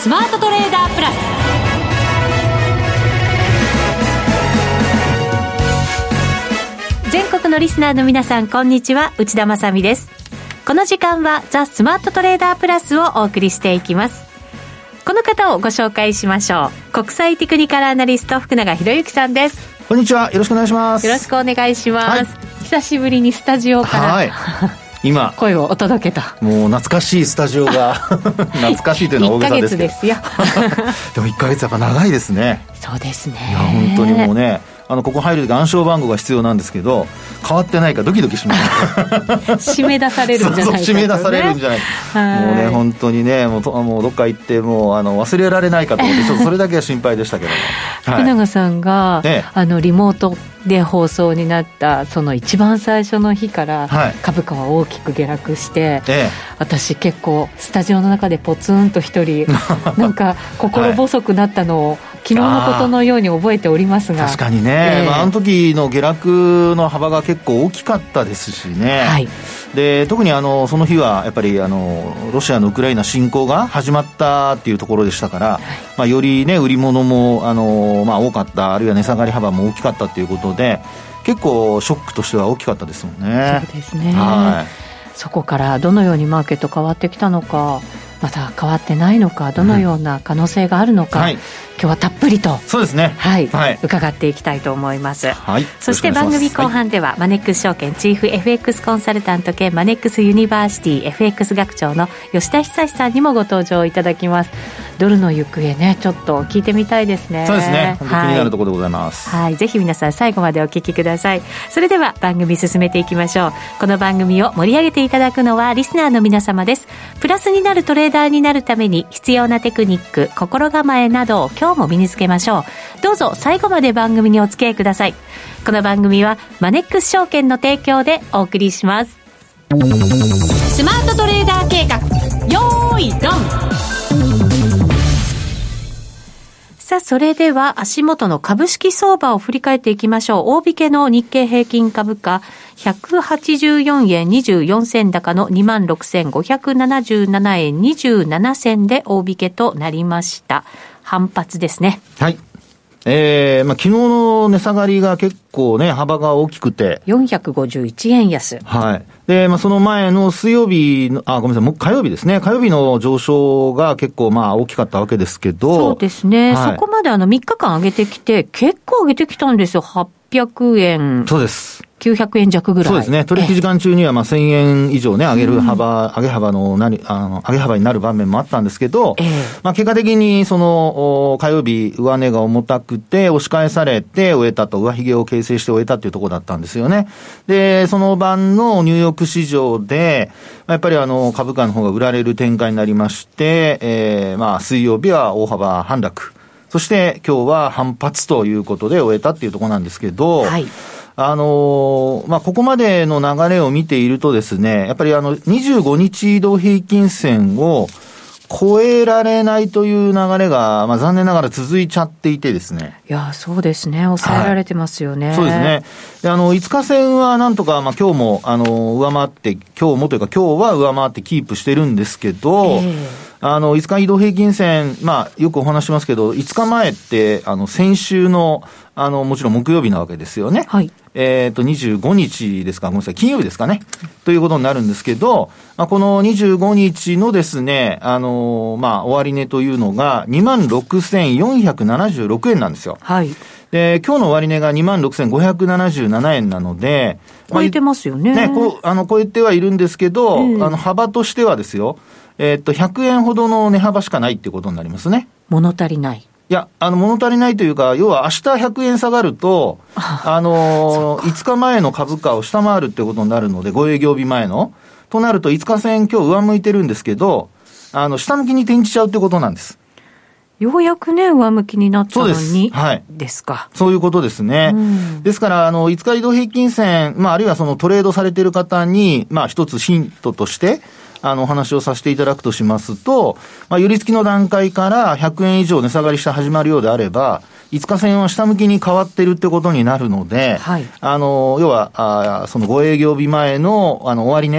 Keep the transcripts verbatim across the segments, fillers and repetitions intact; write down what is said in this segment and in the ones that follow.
スマートトレーダープラス。全国のリスナーの皆さん、こんにちは、内田まさみです。この時間はザ・スマートトレーダープラスをお送りしていきます。この方をご紹介しましょう。国際テクニカルアナリスト福永博之さんです。 こんにちは、よろしくお願いします。 よろしくお願いします、はい、久しぶりにスタジオから、はい、今声をお届けた。 もう懐かしいスタジオが懐かしいというのは大げさですけどいっかげつですよでもいっかげつやっぱ長いですね。 そうですね。 いや本当にもうね、あのここ入るとき暗証番号が必要なんですけど、変わってないかドキドキします締め出されるんじゃないかと、ね、そうそう締め出されるんじゃないかもうね本当にねもうともうどっか行ってもうあの忘れられないかと思ってちょっとそれだけは心配でしたけども福永さんが、ね、あのリモートで放送になったその一番最初の日から株価は大きく下落して、はいええ、私結構スタジオの中でポツンと一人なんか心細くなったのを、はい、昨日のことのように覚えておりますが。 確かにね、えーまあ、あの時の下落の幅が結構大きかったですしね、はい、で特にあのその日はやっぱりあのロシアのウクライナ侵攻が始まったっていうところでしたから、はいまあ、よりね売り物もあの、まあ、多かった、あるいは値下がり幅も大きかったということで結構ショックとしては大きかったですもんね。 そうですね、はい、そこからどのようにマーケット変わってきたのか、また変わってないのか、どのような可能性があるのか、うんはい、今日はたっぷりとそうですね、 はいはい、伺っていきたいと思います、 はい、 そして番組後半では、はい、マネックス証券チーフ エフエックス コンサルタント兼マネックスユニバーシティ エフエックス 学長の吉田久さんにもご登場いただきます。ドルの行方ねちょっと聞いてみたいですね。 そうですね、気になるところでございます、 はいはい、ぜひ皆さん最後までお聞きください。それでは番組進めていきましょう。この番組を盛り上げていただくのはリスナーの皆様です。プラスになるトレーダーになるために必要なテクニック、心構えなどを今日も身につけましょう。どうぞ最後まで番組にお付き合いください。この番組はマネックス証券の提供でお送りします。スマートトレーダー計画、よーいドン。さあそれでは足元の株式相場を振り返っていきましょう。大引けの日経平均株価ひゃくはちじゅうよんえんにじゅうよんせん高の にまんろくせんごひゃくななじゅうななえんにじゅうななせんで大引けとなりました。反発ですね。 はい、えーまあ、昨日の値下がりが結構ね幅が大きくてよんひゃくごじゅういちえん安、 はいでまあ、その前の水曜日のあごめんなさいもう火曜日ですね、火曜日の上昇が結構まあ大きかったわけですけど、 そうですね、はい、そこまであのみっかかん上げてきて結構上げてきたんですよ。はっぴゃくえん、 そうですきゅうひゃくえん弱ぐらい。 そうですね、取引時間中にはまあせんえん以上ね上げる幅、うん、上げ幅の何あの上げ幅になる場面もあったんですけど、えーまあ、結果的にその火曜日上値が重たくて押し返されて終えたと、上髭を形成して終えたというところだったんですよね。でその晩のニューヨーク市場でやっぱりあの株価の方が売られる展開になりまして、えー、まあ水曜日は大幅反落、そして今日は反発ということで終えたっていうところなんですけど、はいあのー、まあ、ここまでの流れを見ているとですね、やっぱりあの、にじゅうごにち移動平均線を超えられないという流れが、まあ、残念ながら続いちゃっていてですね。 いや、そうですね。抑えられてますよね。はい、 そうですね。で、あの、いつか線はなんとか、まあ、今日も、あの、上回って、今日もというか今日は上回ってキープしてるんですけど、えーあの、いつか移動平均線、まあ、よくお話しますけど、いつかまえって、あの、先週の、あの、もちろん木曜日なわけですよね。はい。えっと、にじゅうごにちですか、ごめんなさい、金曜日ですかね。ということになるんですけど、まあ、このにじゅうごにちのですね、あの、まあ、終値というのが にまんろくせんよんひゃくななじゅうろくえんなんですよ。はい。で、今日の終値が にまんろくせんごひゃくななじゅうななえんなので、 超えてますよね。 ね、こう、あの、超えてはいるんですけど、えー、あの、幅としてはですよ、えー、っと、ひゃくえんほどの値幅しかないっていうことになりますね。 物足りない。 いや、あの、物足りないというか、要は明日ひゃくえん下がると、あのー、いつかまえの株価を下回るってことになるので、ご営業日前の。となると、いつか線今日上向いてるんですけど、あの、下向きに転じちゃうってことなんです。 ようやくね、上向きになったのに。そうです。 はい。 ですか。 そういうことですね。うん、ですから、あの、いつか移動平均線、まあ、あるいはそのトレードされている方に、まあ、一つヒントとして、あの、お話をさせていただくとしますと、まあ、寄り付きの段階からひゃくえん以上値下がりして始まるようであれば、いつか線は下向きに変わってるってことになるので、はい、あの、要は、あそのご営業日前の、あの、終値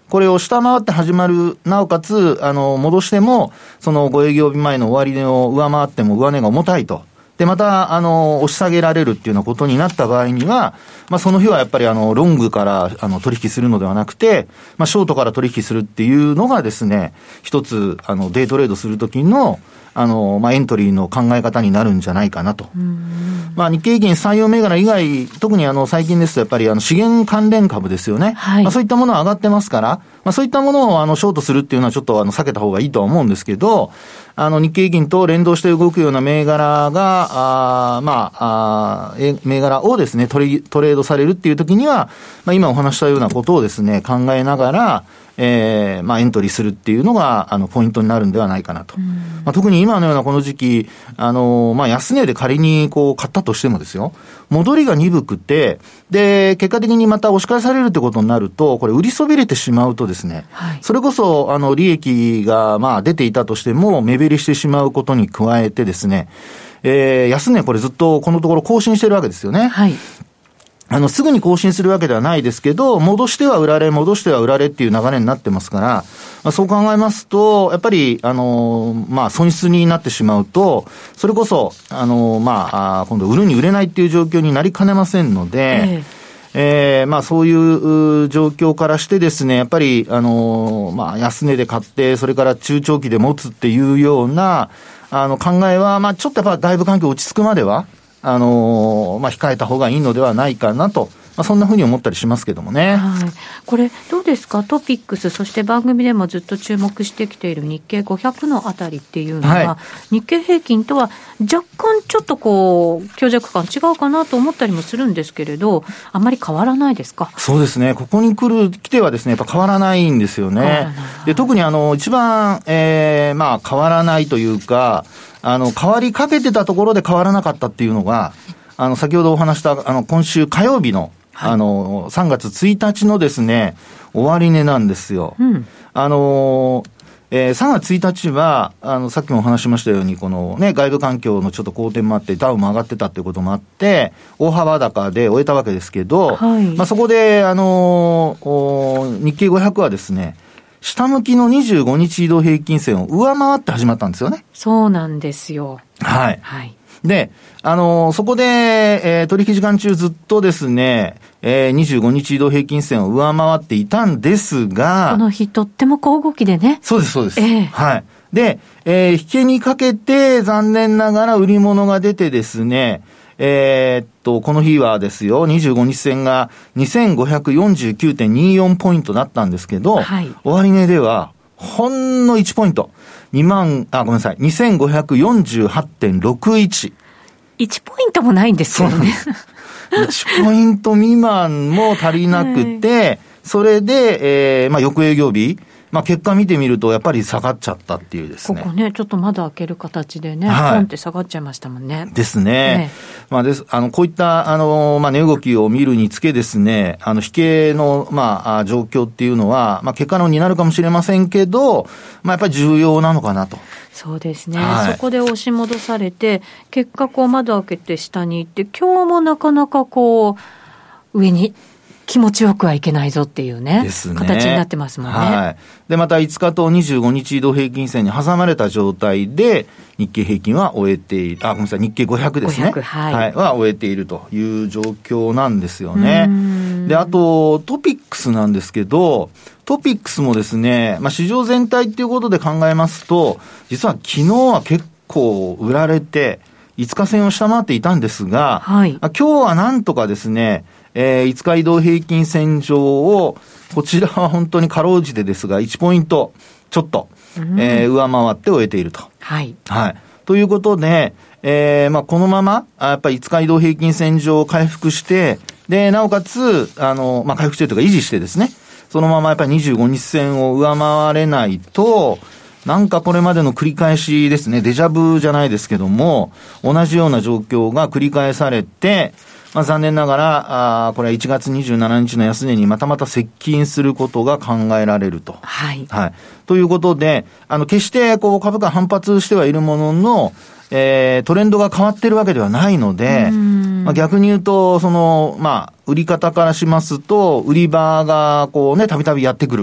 これを下回って始まる、なおかつ、あの、戻しても、そのご営業日前の終値を上回っても上値が重たいと。で、また、あの、押し下げられるっていうようなことになった場合には、まあ、その日はやっぱり、あの、ロングから、あの、取引するのではなくて、まあ、ショートから取引するっていうのがですね、一つ、あの、デイトレードするときの、あの、まあ、エントリーの考え方になるんじゃないかなと。まあ、日経平均採用銘柄以外、特にあの、最近ですとやっぱりあの、資源関連株ですよね。はい。まあ、そういったものは上がってますから、まあ、そういったものをあの、ショートするっていうのはちょっとあの、避けた方がいいとは思うんですけど、あの、日経平均と連動して動くような銘柄が、あまあ、あ銘柄をですね、トレ、トレードされるっていう時には、まあ、今お話したようなことをですね、考えながら、えー、まあ、エントリーするっていうのが、あの、ポイントになるんではないかなと。まあ、特に今のようなこの時期、あの、まあ、安値で仮にこう、買ったとしてもですよ、戻りが鈍くて、で、結果的にまた押し返されるってことになると、これ売りそびれてしまうとですね、はい、それこそ、あの、利益が、まあ、出ていたとしても、目減りしてしまうことに加えてですね、えー、安値これずっとこのところ更新してるわけですよね。はい。あの、すぐに更新するわけではないですけど、戻しては売られ、戻しては売られっていう流れになってますから、まあ、そう考えますと、やっぱり、あの、まあ、損失になってしまうと、それこそ、あの、まあ、今度売るに売れないっていう状況になりかねませんので、えええー、まあ、そういう状況からしてですね、やっぱり、あの、まあ、安値で買って、それから中長期で持つっていうような、あの、考えは、まあ、ちょっとやっぱ外部環境落ち着くまでは、あのー、まあ、控えた方がいいのではないかなと、まあ、そんなふうに思ったりしますけどもね。 はい。これ、どうですか、トピックス、そして番組でもずっと注目してきている日経ごひゃくのあたりっていうのは、はい、日経平均とは若干ちょっとこう、強弱感違うかなと思ったりもするんですけれど、あまり変わらないですか？ そうですね。ここに来る、来てはですね、やっぱ変わらないんですよね。で、特にあの、一番、えー、まあ、変わらないというか、あの、変わりかけてたところで変わらなかったっていうのが、あの、先ほどお話した、あの、今週火曜日の、はい、あの、さんがつついたちのですね、終値なんですよ。うん、あの、えー、さんがつついたちは、あの、さっきもお話しましたように、このね、外部環境のちょっと好転もあって、ダウも上がってたっていうこともあって、大幅高で終えたわけですけど、はい、まあ、そこで、あの、日経ごひゃくはですね、下向きのにじゅうごにち移動平均線を上回って始まったんですよね。 そうなんですよ。 はい。はい。で、あのー、そこで、えー、取引時間中ずっとですね、えー、にじゅうごにち移動平均線を上回っていたんですが、 この日とっても小動きでね。 そうです、そうです。えー、はい。で、えー、引けにかけて残念ながら売り物が出てですね、えー、っと、この日はですよ、にじゅうごにち線が にせんごひゃくよんじゅうきゅうてんにじゅうよん ポイントだったんですけど、はい、終値では、ほんのいちポイント、にまん、あ、ごめんなさい、にせんごひゃくよんじゅうはちてんろくいち。 いちポイントもないんですよね。 いちポイント未満も足りなくて、はい、それで、えー、まあ、翌営業日、まあ、結果見てみるとやっぱり下がっちゃったっていうですね。 ここね、ちょっと窓開ける形でね、はい、ポンって下がっちゃいましたもんね。 ですね。ね、まあです、あの、こういった、あの、まあ、値動きを見るにつけですね、あの、引けの、まあ、状況っていうのは、まあ、結果論になるかもしれませんけど、まあ、やっぱり重要なのかなと。 そうですね、はい、そこで押し戻されて、結果こう窓開けて下に行って、今日もなかなかこう、上に、気持ちよくはいけないぞっていう ね, ね形になってますもんね。はい。 で、またいつかとにじゅうごにち移動平均線に挟まれた状態で、日経平均は終えている、あ、ごめんなさい、日経ごひゃくですね。ごひゃく、はい。はい。は終えているという状況なんですよね。で、あと、トピックスなんですけど、トピックスもですね、まあ、市場全体っていうことで考えますと、実は昨日は結構売られて、いつか線を下回っていたんですが、はい、今日はなんとかですね、えー、いつか移動平均線上を、こちらは本当にかろうじてですが、いちポイントちょっと、えー、上回って終えていると。はい。はい。ということで、えー、まあ、このまま、やっぱりいつか移動平均線上を回復して、で、なおかつ、あの、まあ、回復してというか維持してですね、そのままやっぱりにじゅうごにち線を上回れないと、なんかこれまでの繰り返しですね、デジャブじゃないですけども、同じような状況が繰り返されて、まあ、残念ながら、あこれはいちがつにじゅうしちにちの安値にまたまた接近することが考えられると。はい。はい。ということで、あの、決してこう株価反発してはいるものの、えー、トレンドが変わってるわけではないので、まあ、逆に言うと、その、まあ、売り方からしますと、売り場がこうね、たびたびやってくる。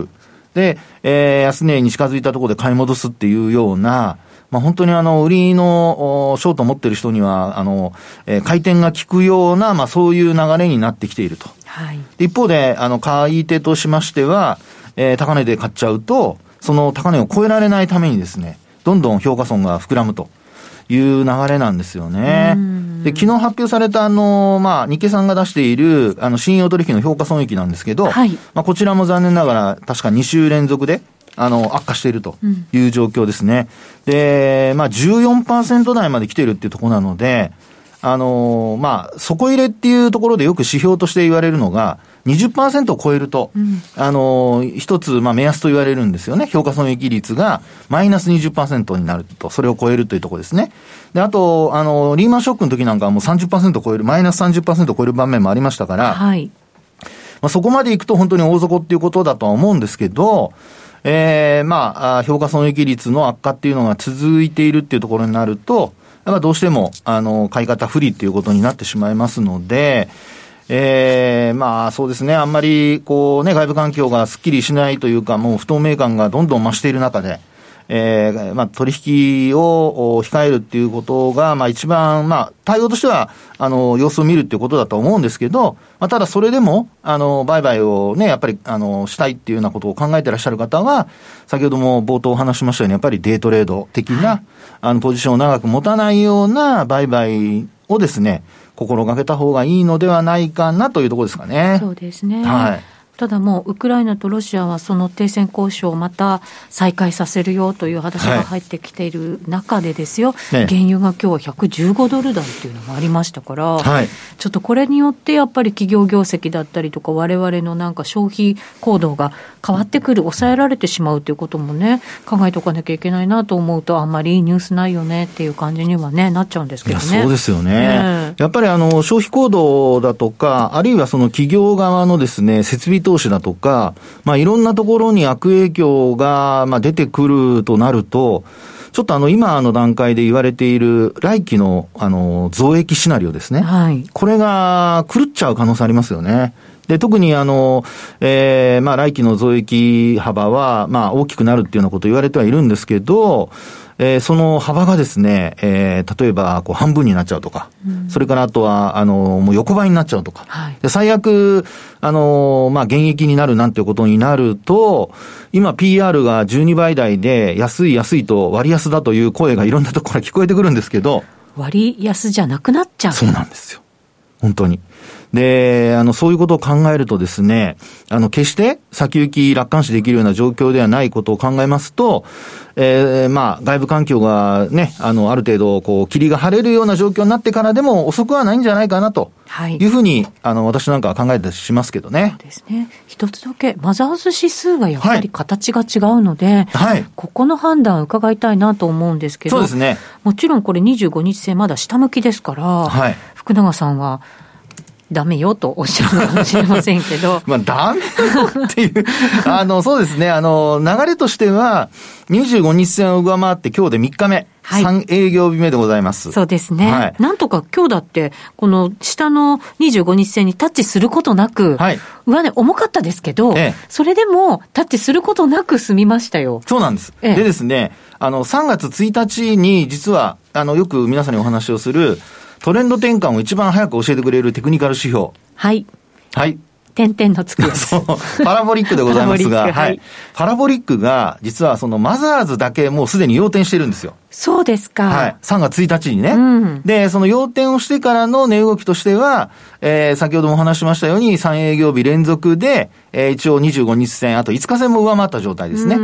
で、えー、安値に近づいたところで買い戻すっていうような、まあ、本当にあの、売りのショートを持ってる人には、あの、えー、回転が効くような、まあ、そういう流れになってきていると。はい。一方で、あの、買い手としましては、えー、高値で買っちゃうと、その高値を超えられないためにですね、どんどん評価損が膨らむという流れなんですよね。で、昨日発表されたあの、まあ、日経さんが出している、あの、信用取引の評価損益なんですけど、はい、まあ、こちらも残念ながら、確かに週連続で、あの、悪化しているという状況ですね。うん、で、まあ、じゅうよんパーセント 台まで来ているっていうところなので、あの、まあ、底入れっていうところでよく指標として言われるのが、にじゅっパーセント を超えると、うん、あの、一つ、まあ、目安と言われるんですよね。評価損益率がマイナス にじゅっパーセント になると、それを超えるというところですね。で、あと、あの、リーマンショックの時なんかはもう さんじゅっパーセント を超える、マイナス さんじゅっパーセント を超える場面もありましたから、はい。まあ、そこまでいくと本当に大底っていうことだとは思うんですけど、ええー、まあ、評価損益率の悪化っていうのが続いているっていうところになると、やっぱどうしても、あの、買い方不利っていうことになってしまいますので、ええー、まあそうですね、あんまりこうね、外部環境がスッキリしないというか、もう不透明感がどんどん増している中で、えー、まあ取引を控えるっていうことが、まあ一番、まあ対応としては、あの、様子を見るっていうことだと思うんですけど、まあただそれでも、あの、売買をね、やっぱり、あの、したいっていうようなことを考えてらっしゃる方は、先ほども冒頭お話しましたように、やっぱりデイトレード的な、はい、あの、ポジションを長く持たないような売買をですね、心がけた方がいいのではないかなというところですかね。 そうですね。はい。ただもうウクライナとロシアはその停戦交渉をまた再開させるよという話が入ってきている中でですよ、はい、原油が今日はひゃくじゅうごドル台っていうのもありましたから、はい、ちょっとこれによってやっぱり企業業績だったりとか我々のなんか消費行動が変わってくる、抑えられてしまうということもね、考えておかなきゃいけないなと思うと、あんまりいいニュースないよねっていう感じにはねなっちゃうんですけどね。 いやそうですよね、えー、やっぱりあの消費行動だとか、あるいはその企業側のですね設備投資だとか、まあいろんなところに悪影響がまあ出てくるとなると、ちょっとあの今の段階で言われている来期のあの増益シナリオですね、はい、これが狂っちゃう可能性ありますよね。で、特にあの、えー、まあ来期の増益幅はまあ大きくなるっていうようなことを言われてはいるんですけど、えー、その幅がですね、えー、例えばこう半分になっちゃうとか、うん、それからあとはあのもう横ばいになっちゃうとか、はい、で最悪あのまあ減益になるなんていうことになると、今 ピーアール がじゅうにばい台で安い安いと割安だという声がいろんなところから聞こえてくるんですけど、 割安じゃなくなっちゃう。 そうなんですよ、本当に。で、あの、そういうことを考えるとですね、あの、決して先行き楽観視できるような状況ではないことを考えますと、えー、まあ、外部環境がね、あの、ある程度、こう、霧が晴れるような状況になってからでも遅くはないんじゃないかなと。はい。いうふうに、あの、私なんかは考えたりしますけどね。 そうですね。一つだけ、マザーズ指数はやっぱり形が違うので、はい。ここの判断を伺いたいなと思うんですけど。 そうですね。 もちろんこれにじゅうごにち線まだ下向きですから、はい。福永さんは、ダメよとおっしゃるかもしれませんけど。 まあ、ダメよっていう、あの、そうですね、あの、流れとしては、にじゅうごにち線を上回って今日でみっかめ。はい、さん営業日目でございます。 そうですね。はい、なんとか今日だって、この下のにじゅうごにち線にタッチすることなく、はい、上値重かったですけど、ええ、それでもタッチすることなく済みましたよ。 そうなんです。ええ、でですね、あの、さんがつついたちに実は、あの、よく皆さんにお話をする、トレンド転換を一番早く教えてくれるテクニカル指標。 はい。 はい。 点々のつくやつ。 そう。パラボリックでございますが、はい。パラボリックが、実はそのマザーズだけもうすでに要点してるんですよ。 そうですか。 はい。さんがつついたちにね。うん、で、その要点をしてからの値動きとしては、えー、先ほどもお話しましたようにさん営業日連続で、えー、一応にじゅうごにち線、あといつか線も上回った状態ですね。うん、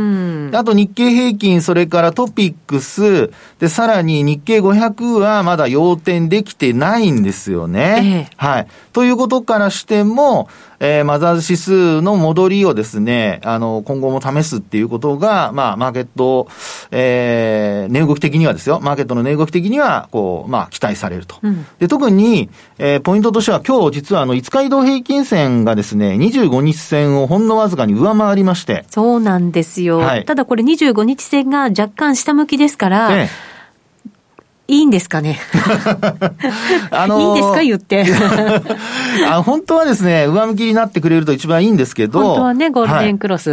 あと日経平均、それからトピックス、で、さらに日経ごひゃくはまだ要点できてないんですよね。えー、はい。ということからしても、えー、マザーズ指数の戻りをですね、あの、今後も試すっていうことが、まあ、マーケット、えー、値動き的にはですよ、マーケットの値動き的には、こう、まあ、期待されると。うん、で、特に、えー、ポイントとしては、今日実はあの、いつか移動平均線がですね、にじゅうごにち線をほんのわずかに上回りまして。 そうなんですよ。はい、ただこれにじゅうごにち線が若干下向きですから、ええ、いいんですかねあのー、いいんですか言ってあ。 本当はですね、上向きになってくれると一番いいんですけど。 本当はね、ゴールデンクロス。はい、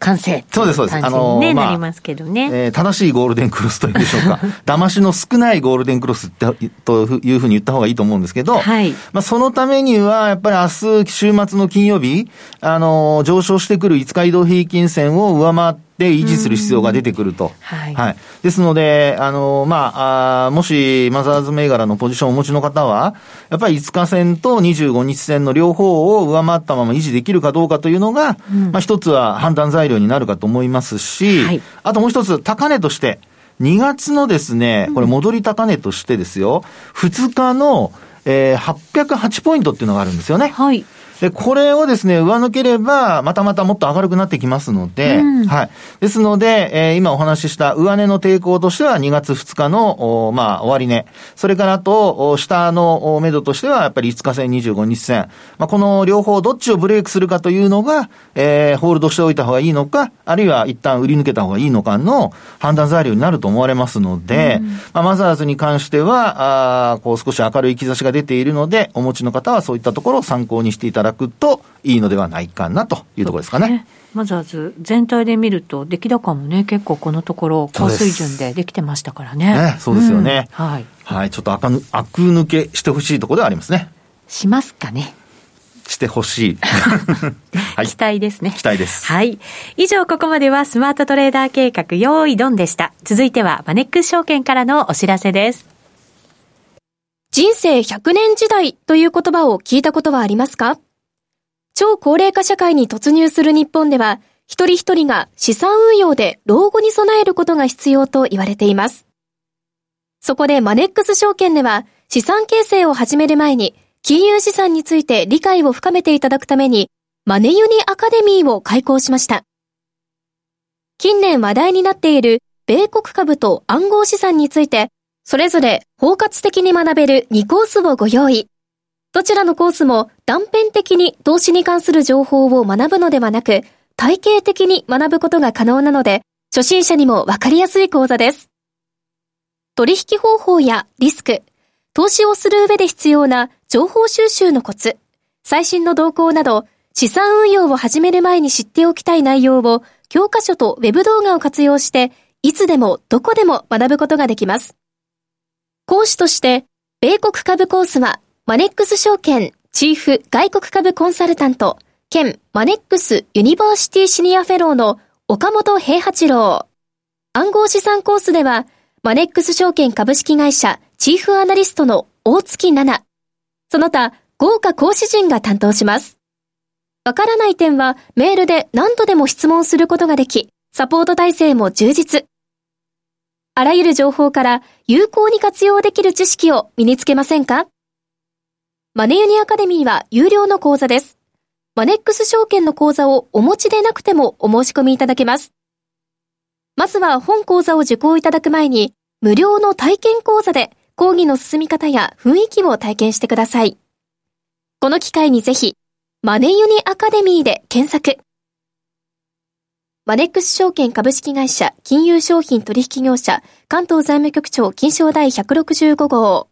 完成そうですそうです、 あのーね、まあ、なりますけどね、 えー、正しいゴールデンクロスというんでしょうか騙しの少ないゴールデンクロスってというふうに言った方がいいと思うんですけど、はい、まあ、そのためにはやっぱり明日週末の金曜日、あのー、上昇してくるいつか移動平均線を上回ってで維持する必要が出てくると。はい。はい。ですので、あの、まあ、あもし、マザーズ銘柄のポジションをお持ちの方は、やっぱりいつか線とにじゅうごにち線の両方を上回ったまま維持できるかどうかというのが、うん、まあ一つは判断材料になるかと思いますし、はい、あともう一つ、高値として、にがつのですね、これ戻り高値としてですよ、ふつかの、えー、はっぴゃくはちポイントっていうのがあるんですよね。はい。で、これをですね、上抜ければ、またまたもっと明るくなってきますので、うん、はい。ですので、えー、今お話しした上値の抵抗としてはにがつふつかの、まあ、終値。それからあと、下の目処としては、やっぱりいつか線、にじゅうごにち線。まあ、この両方どっちをブレイクするかというのが、えー、ホールドしておいた方がいいのか、あるいは一旦売り抜けた方がいいのかの判断材料になると思われますので、うん、まあ、マザーズに関しては、あこう少し明るい兆しが出ているので、お持ちの方はそういったところを参考にしていただくといいのではないかなというところですかね。 マザーズ全体で見ると出来高もね結構このところ高水準でできてましたからね。 ね、そうですよね。 うん、はい、 はい、ちょっと悪抜けしてほしいところではありますね。 しますかね。 してほしい、 はい、期待ですね。 期待です。 はい。以上ここまではスマートトレーダー計画用意ドンでした。続いてはマネックス証券からのお知らせです。 人生ひゃくねん時代という言葉を聞いたことはありますか？超高齢化社会に突入する日本では、一人一人が資産運用で老後に備えることが必要と言われています。そこでマネックス証券では、資産形成を始める前に、金融資産について理解を深めていただくために、マネユニアカデミーを開講しました。近年話題になっている米国株と暗号資産について、それぞれ包括的に学べるにコースをご用意。どちらのコースも断片的に投資に関する情報を学ぶのではなく、体系的に学ぶことが可能なので、初心者にもわかりやすい講座です。取引方法やリスク、投資をする上で必要な情報収集のコツ、最新の動向など、資産運用を始める前に知っておきたい内容を教科書とウェブ動画を活用して、いつでもどこでも学ぶことができます。講師として、米国株コースは、マネックス証券チーフ外国株コンサルタント兼マネックスユニバーシティシニアフェローの岡本平八郎。暗号資産コースではマネックス証券株式会社チーフアナリストの大月奈々。その他豪華講師陣が担当します。わからない点はメールで何度でも質問することができ、サポート体制も充実。あらゆる情報から有効に活用できる知識を身につけませんか？マネユニアカデミーは有料の講座です。マネックス証券の講座をお持ちでなくてもお申し込みいただけます。まずは本講座を受講いただく前に、無料の体験講座で講義の進み方や雰囲気を体験してください。この機会にぜひ、マネユニアカデミーで検索。マネックス証券株式会社金融商品取引業者関東財務局長金賞第ひゃくろくじゅうご号。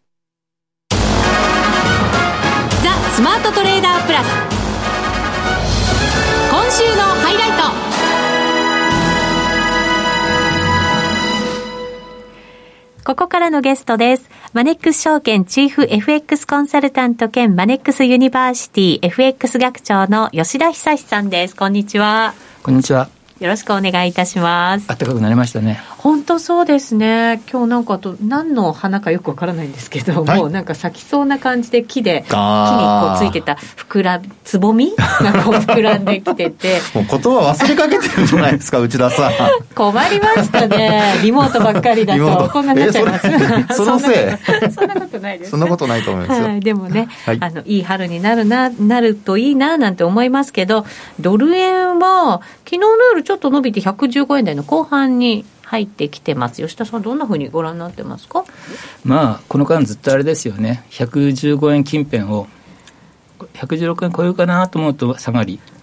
スマートトレーダープラス、今週のハイライト。ここからのゲストです。マネックス証券チーフ エフエックス コンサルタント兼マネックスユニバーシティ エフエックス 学長の吉田久さんです。こんにちは。 こんにちは。 よろしくお願いいたします。 暖かくなりましたね。 本当そうですね。今日なんかと何の花かよくわからないんですけど、はい、もうなんか咲きそうな感じで木で木にこうついてた膨らつぼみがこう膨らんできててもう言葉忘れかけてるんじゃないですか内田さん。 困りましたね。リモートばっかりだとこんなになっちゃいます。 そのせいそんなことないです。 そんなことないと思いますよ。 はい、でもね、はい、あのいい春になるななるといいななんて思いますけど、ドル円は昨日の夜ちょっと伸びてひゃくじゅうごえん台の後半に入ってきてます。吉田さんどんなふうにご覧になってますか？ まあこの間ずっとあれですよね、ひゃくじゅうごえん近辺をひゃくじゅうろくえん超えるかなと思うと下がり、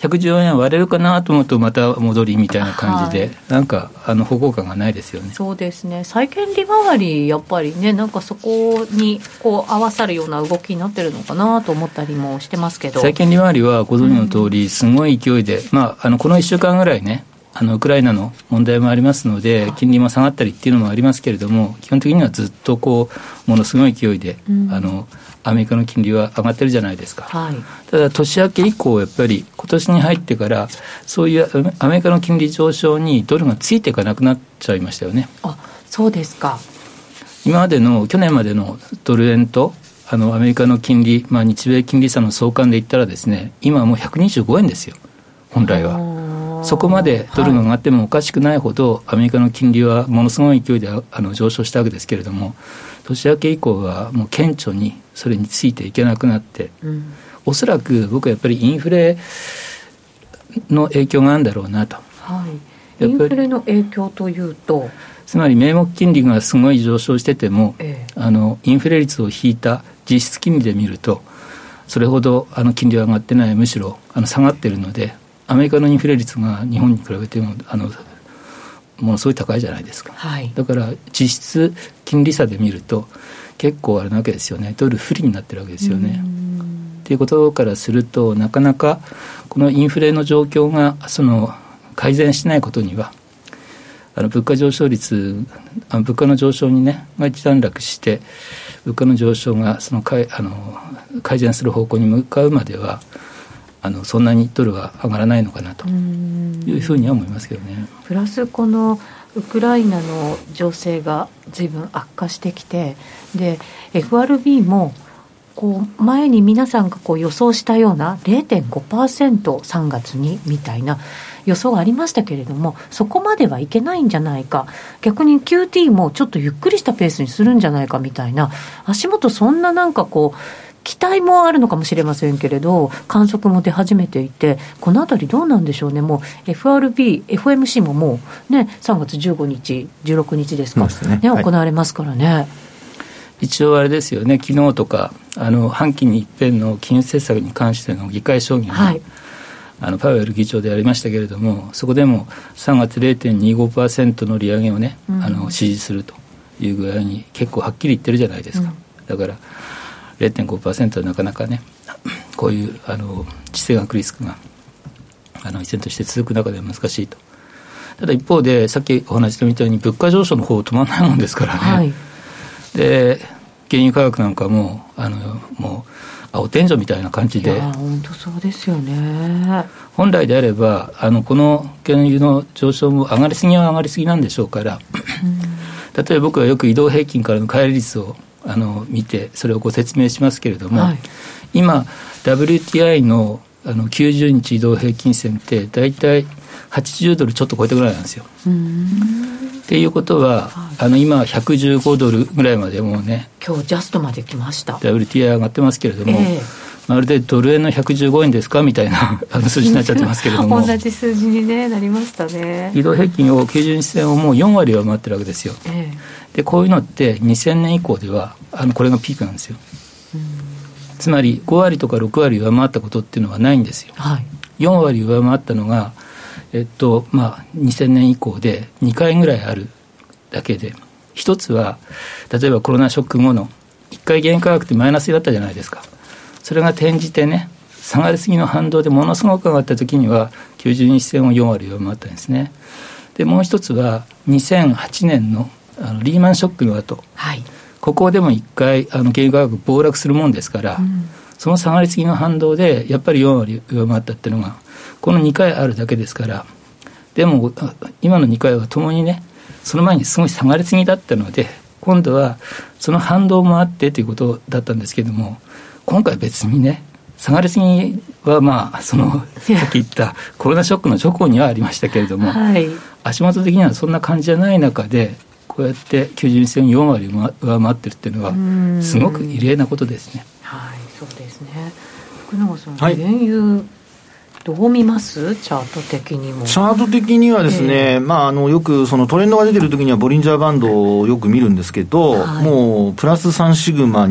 ひゃくじゅうよえん割れるかなと思うとまた戻りみたいな感じで、はい、なんかあの方向感がないですよね。 そうですね。債券利回りやっぱりね、なんかそこにこう合わさるような動きになってるのかなと思ったりもしてますけど、 債券利回りはご存知の通りすごい勢いで、うん、まあ、あのこのいっしゅうかんぐらいね、あのウクライナの問題もありますので金利も下がったりっていうのもありますけれども、基本的にはずっとこうものすごい勢いで、うん、あのアメリカの金利は上がってるじゃないですか、はい、ただ年明け以降やっぱり今年に入ってからそういうアメリカの金利上昇にドルがついていかなくなっちゃいましたよね。 あ、そうですか。 今までの去年までのドル円とあのアメリカの金利、まあ、日米金利差の相関で言ったらですね、今はもうひゃくにじゅうごえんですよ本来は。そこまでドルが上がってもおかしくないほど、はい、アメリカの金利はものすごい勢いであの上昇したわけですけれども、年明け以降はもう顕著にそれについていけなくなって、うん、おそらく僕はやっぱりインフレの影響があるんだろうなと、 はい、インフレの影響というと、 つまり名目金利がすごい上昇してても、ええ、あのインフレ率を引いた実質金利で見るとそれほどあの金利は上がってない、むしろあの下がっているので、アメリカのインフレ率が日本に比べてもあのものすごい高いじゃないですか、はい、だから実質金利差で見ると結構あれなわけですよね。ドル不利になってるわけですよね。ということからすると、なかなかこのインフレの状況がその改善しないことには、あの物価上昇率あの物価の上昇にねが一段落して、物価の上昇がそのかいあの改善する方向に向かうまではあのそんなにドルは上がらないのかなというふうには思いますけどね。 プラスこのウクライナの情勢が随分悪化してきて、で エフアールビー もこう前に皆さんがこう予想したような れいてんごパーセント さんがつにみたいな予想がありましたけれども、そこまではいけないんじゃないか、逆に キューティー もちょっとゆっくりしたペースにするんじゃないかみたいな、足元そんななんかこう期待もあるのかもしれませんけれど、観測も出始めていて、このあたりどうなんでしょうね。もう エフアールビー、エフオーエムシー ももうね、さんがつじゅうごにち、じゅうろくにちですか、ねね、行われますからね、はい、 一応あれですよね、昨日とかあの半期に一遍の金融政策に関しての議会証言が、はい、あのパウエル議長でありましたけれども、そこでもさんがつ れいてんにごパーセント の利上げをね、うん、あの支持するという具合に結構はっきり言ってるじゃないですか、うん、だから れいてんごパーセント はなかなかね、こういうあの地政学リスクがあの依然として続く中では難しいと。ただ一方でさっきお話したみたいに物価上昇の方止まらないもんですからね、はい、で原油価格なんかもあのもう青天井みたいな感じで、 いや本当そうですよね。 本来であればあのこの原油の上昇も上がりすぎは上がりすぎなんでしょうから、うん、例えば僕はよく移動平均からの乖離率をあの見てそれをご説明しますけれども、はい、今 ダブリューティーアイ の, あのきゅうじゅうにち移動平均線ってだいたいはちじゅうドルちょっと超えたぐらいなんですよ。うーんっていうことは、はい、あの今ひゃくじゅうごドルぐらいまでもうね、 今日ジャストまで来ました。 ダブリューティーアイ 上がってますけれども、えー、まるでドル円のひゃくじゅうごえんですかみたいなあの数字になっちゃってますけれども同じ数字に、ね、なりましたね。 移動平均をきゅうじゅうにち線をもうよんわり上回ってるわけですよ、えー、でこういうのってにせんねん以降ではあのこれがピークなんですよ。うんつまりごわりとかろくわり上回ったことっていうのはないんですよ、はい、よんわり上回ったのが、えっとまあ、にせんねん以降でにかいぐらいあるだけで、一つは例えばコロナショック後のいっかい原油価格ってマイナスだったじゃないですか。それが転じてね下がりすぎの反動でものすごく上がった時にはきゅうじゅうにち線をよんわり上回ったんですね。でもう一つはにせんはちねん の, あのリーマンショックの後、はいここでもいっかいあの原油価格暴落するもんですから、うん、その下がりすぎの反動でやっぱりよんわり上回ったっていうのがこのにかいあるだけですから、でも今のにかいはともにねその前にすごい下がりすぎだったので今度はその反動もあってということだったんですけども、今回別にね下がりすぎはまあそのさっき言ったコロナショックの直後にはありましたけれども、はい、足元的にはそんな感じじゃない中でこうやってきゅうじゅうにち線よんわり上回ってるっていうのはすごく異例なことですね。 はい、そうですね。福永さん、はい、原油どう見ます？チャート的にも。 チャート的にはですね、えーまあ、あのよくそのトレンドが出てる時にはボリンジャーバンドをよく見るんですけど、はい、もうプラスさんシグマに沿って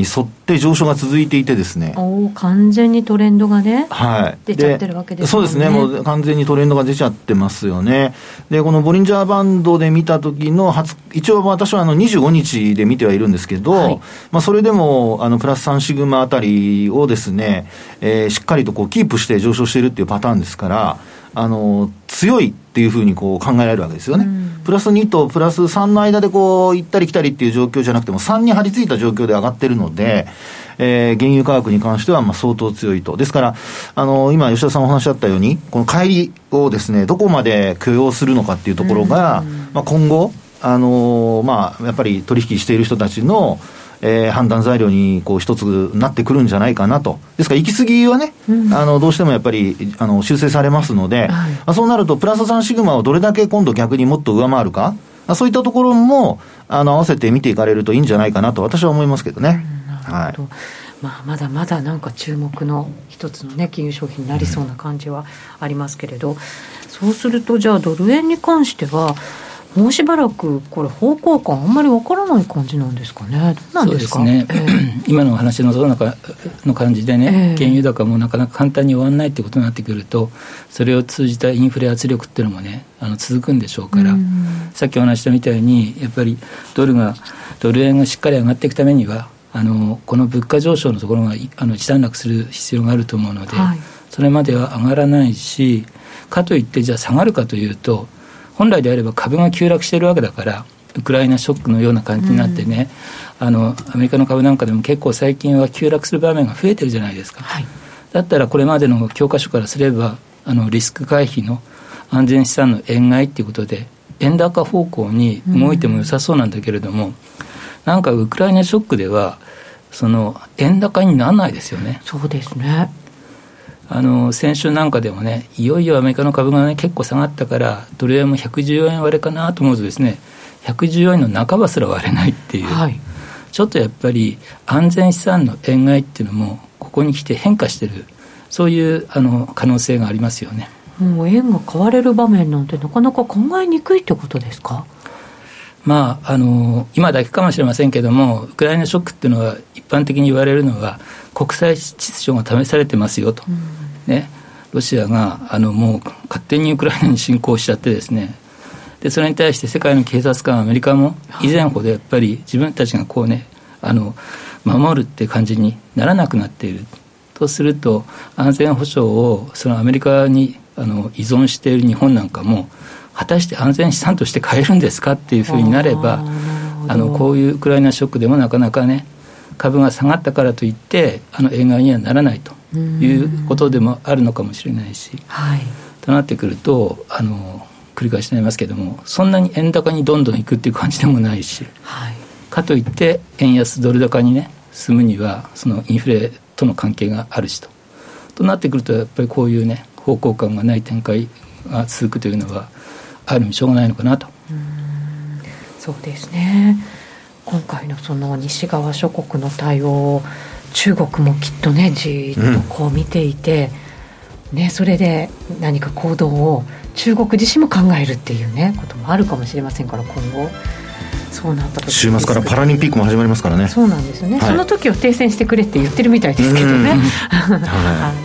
って上昇が続いていてですね、 お完全にトレンドがね、 はい、 出ちゃってるわけですね。 そうですね、もう完全にトレンドが出ちゃってますよね。でこのボリンジャーバンドで見た時の初、一応私はあのにじゅうごにちで見てはいるんですけど、はい、まあ、それでもあのプラスさんシグマあたりをですね、えー、しっかりとこうキープして上昇しているっていうパターンですから、あの強いっていうふうにこう考えられるわけですよね、うん、プラスにとプラスさんの間でこう行ったり来たりっていう状況じゃなくてもさんに張り付いた状況で上がってるので、うん、えー、原油価格に関してはまあ相当強いと。ですからあの今吉田さんお話しあったようにこの帰りをですねどこまで許容するのかっていうところが、うん、まあ、今後あの、まあ、やっぱり取引している人たちのえー、判断材料にこう一つなってくるんじゃないかなと。ですから行き過ぎはね、うん、あのどうしてもやっぱりあの修正されますので、はい、まあ、そうなるとプラスさんシグマをどれだけ今度逆にもっと上回るか、まあ、そういったところもあの合わせて見ていかれるといいんじゃないかなと私は思いますけどね、 うん、なるほど、はい、まあ、まだまだなんか注目の一つの、ね、金融商品になりそうな感じはありますけれど、うん、そうするとじゃあドル円に関してはもうしばらくこれ方向感あんまりわからない感じなんですかね。どうなんですか。 そうですね、えー、今のお話のその中の感じでね、えー、原油高もなかなか簡単に終わらないってことになってくると、それを通じたインフレ圧力っていうのもね、あの続くんでしょうから、さっきお話したみたいにやっぱりドルがドル円がしっかり上がっていくためにはあのこの物価上昇のところがあの一段落する必要があると思うので、はい、それまでは上がらないし、かといってじゃあ下がるかというと本来であれば株が急落しているわけだから、ウクライナショックのような感じになってね、うん、あのアメリカの株なんかでも結構最近は急落する場面が増えてるじゃないですか、はい、だったらこれまでの教科書からすればあのリスク回避の安全資産の円買いということで円高方向に動いても良さそうなんだけれども、うん、なんかウクライナショックではその円高にならないですよね。 そうですね。 あの先週なんかでもね、いよいよアメリカの株が、ね、結構下がったからドル円もひゃくじゅうよえん割れかなと思うとですね、ひゃくじゅうよえんの半ばすら割れないっていう、はい、ちょっとやっぱり安全資産の円買いっていうのもここに来て変化してる、そういうあの可能性がありますよね。 もう円が買われる場面なんてなかなか考えにくいってことですか。 まあ、あの今だけかもしれませんけども、ウクライナショックっていうのは一般的に言われるのは国際秩序が試されてますよと、うんね、ロシアがあのもう勝手にウクライナに侵攻しちゃってですね、でそれに対して世界の警察官アメリカも以前ほどやっぱり自分たちがこうねあの守るって感じにならなくなっているとすると、安全保障をそのアメリカにあの依存している日本なんかも果たして安全資産として買えるんですかっていうふうになれば、あのこういうウクライナショックでもなかなかね株が下がったからといってあの円買いにはならないということでもあるのかもしれないし、はい、となってくるとあの繰り返しになりますけども、そんなに円高にどんどんいくっていう感じでもないし、はい、かといって円安ドル高にね進むにはそのインフレとの関係があるしととなってくると、やっぱりこういうね方向感がない展開が続くというのはある意味しょうがないのかなと。 うーん、そうですね。今回のその西側諸国の対応、中国もきっとねじーっとこう見ていて、うん、ね、それで何か行動を中国自身も考えるっていうねこともあるかもしれませんから、今後そうなった時週末からパラリンピックも始まりますからね。 そうなんですよね、はい、その時を停戦してくれって言ってるみたいですけどね、はい、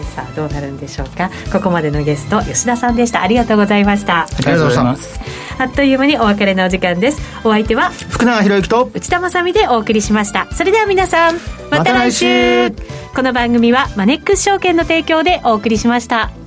さあどうなるんでしょうか。ここまでのゲスト吉田さんでした。ありがとうございました。 ありがとうございます。 あっという間にお別れのお時間です。お相手は福永博之と内田まさみでお送りしました。それでは皆さんまた来週、また来週。この番組はマネックス証券の提供でお送りしました。